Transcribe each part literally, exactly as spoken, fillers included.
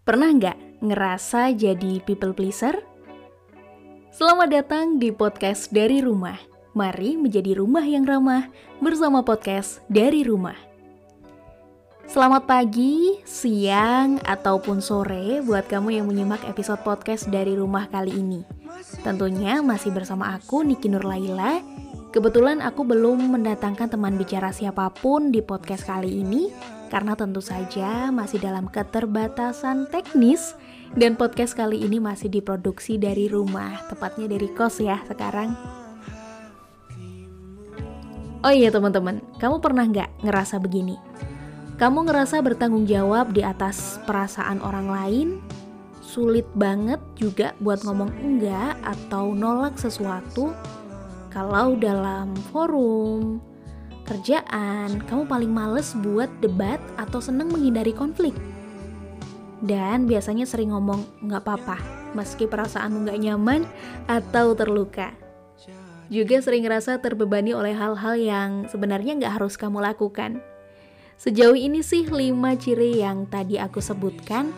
Pernah nggak ngerasa jadi people pleaser? Selamat datang di podcast Dari Rumah. Mari menjadi rumah yang ramah bersama podcast Dari Rumah. Selamat pagi, siang, ataupun sore buat kamu yang menyimak episode podcast Dari Rumah kali ini. Tentunya masih bersama aku, Niki Nurlaila. Kebetulan aku belum mendatangkan teman bicara siapapun di podcast kali ini, karena tentu saja masih dalam keterbatasan teknis dan podcast kali ini masih diproduksi dari rumah, tepatnya dari kos ya sekarang. Oh iya teman-teman, kamu pernah nggak ngerasa begini? Kamu ngerasa bertanggung jawab di atas perasaan orang lain? Sulit banget juga buat ngomong enggak atau nolak sesuatu? Kalau dalam forum kerjaan, kamu paling males buat debat atau seneng menghindari konflik. Dan biasanya sering ngomong nggak apa-apa, meski perasaanmu nggak nyaman atau terluka. Juga sering ngerasa terbebani oleh hal-hal yang sebenarnya nggak harus kamu lakukan. Sejauh ini sih lima ciri yang tadi aku sebutkan,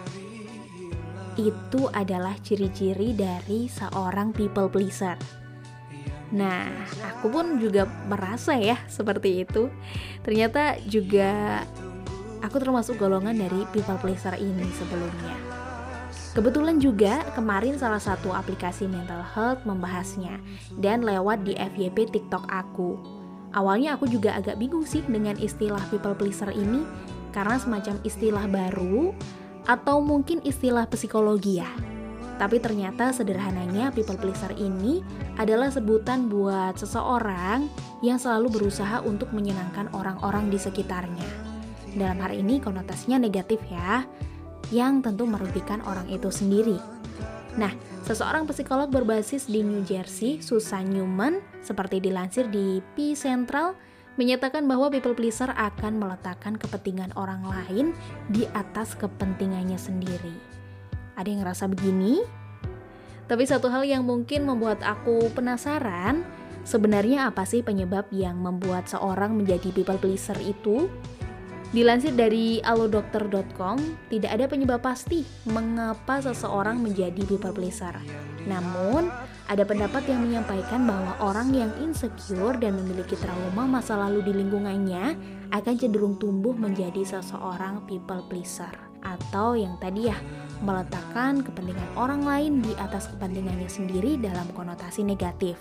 itu adalah ciri-ciri dari seorang people pleaser. Nah, aku pun juga merasa ya seperti itu. Ternyata juga aku termasuk golongan dari people pleaser ini sebelumnya. Kebetulan juga kemarin salah satu aplikasi mental health membahasnya dan lewat di F Y P TikTok aku. Awalnya aku juga agak bingung sih dengan istilah people pleaser ini karena semacam istilah baru atau mungkin istilah psikologi ya. Tapi ternyata sederhananya people pleaser ini adalah sebutan buat seseorang yang selalu berusaha untuk menyenangkan orang-orang di sekitarnya. Dalam hal ini konotasinya negatif ya, yang tentu merugikan orang itu sendiri. Nah, seseorang psikolog berbasis di New Jersey, Susan Newman, seperti dilansir di P Central, menyatakan bahwa people pleaser akan meletakkan kepentingan orang lain di atas kepentingannya sendiri. Ada yang ngerasa begini? Tapi satu hal yang mungkin membuat aku penasaran, sebenarnya apa sih penyebab yang membuat seorang menjadi people pleaser itu? Dilansir dari alodokter dot com, tidak ada penyebab pasti mengapa seseorang menjadi people pleaser. Namun, ada pendapat yang menyampaikan bahwa orang yang insecure dan memiliki trauma masa lalu di lingkungannya akan cenderung tumbuh menjadi seseorang people pleaser. Atau yang tadi ya, meletakkan kepentingan orang lain di atas kepentingannya sendiri dalam konotasi negatif.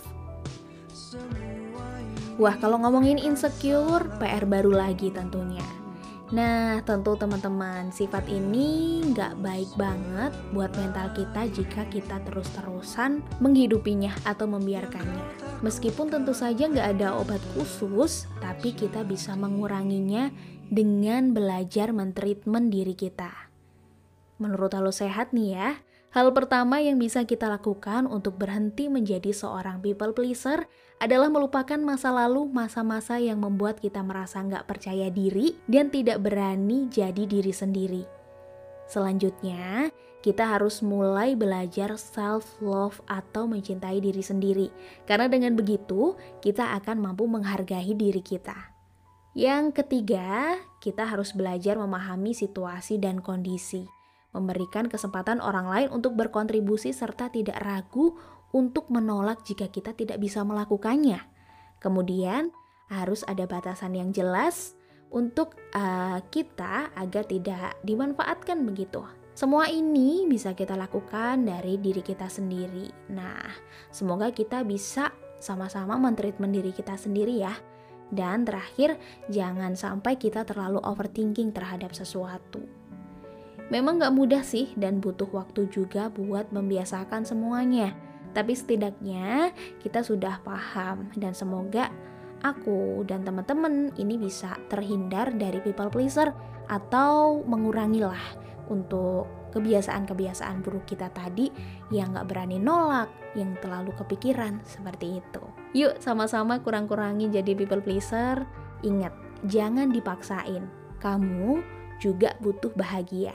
Wah, kalau ngomongin insecure, P R baru lagi tentunya. Nah, tentu teman-teman, sifat ini nggak baik banget buat mental kita jika kita terus-terusan menghidupinya atau membiarkannya. Meskipun tentu saja nggak ada obat khusus, tapi kita bisa menguranginya dengan belajar mentreatment diri kita. Menurut Halo Sehat nih ya, hal pertama yang bisa kita lakukan untuk berhenti menjadi seorang people pleaser adalah melupakan masa lalu, masa-masa yang membuat kita merasa nggak percaya diri dan tidak berani jadi diri sendiri. Selanjutnya, kita harus mulai belajar self-love atau mencintai diri sendiri. Karena dengan begitu, kita akan mampu menghargai diri kita. Yang ketiga, kita harus belajar memahami situasi dan kondisi. Memberikan kesempatan orang lain untuk berkontribusi serta tidak ragu untuk menolak jika kita tidak bisa melakukannya. Kemudian harus ada batasan yang jelas untuk uh, kita agar tidak dimanfaatkan begitu. Semua ini bisa kita lakukan dari diri kita sendiri. Nah, semoga kita bisa sama-sama mentreatment diri kita sendiri ya. Dan terakhir, jangan sampai kita terlalu overthinking terhadap sesuatu. Memang gak mudah sih dan butuh waktu juga buat membiasakan semuanya. Tapi setidaknya kita sudah paham dan semoga aku dan teman-teman ini bisa terhindar dari people pleaser atau mengurangilah untuk kebiasaan-kebiasaan buruk kita tadi yang gak berani nolak, yang terlalu kepikiran seperti itu. Yuk sama-sama kurang-kurangin jadi people pleaser. Ingat, jangan dipaksain. Kamu juga butuh bahagia.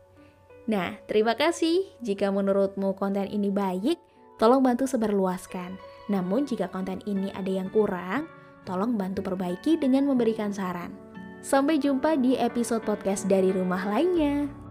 Nah, terima kasih. Jika menurutmu konten ini baik, tolong bantu sebarluaskan. Namun jika konten ini ada yang kurang, tolong bantu perbaiki dengan memberikan saran. Sampai jumpa di episode podcast Dari Rumah lainnya.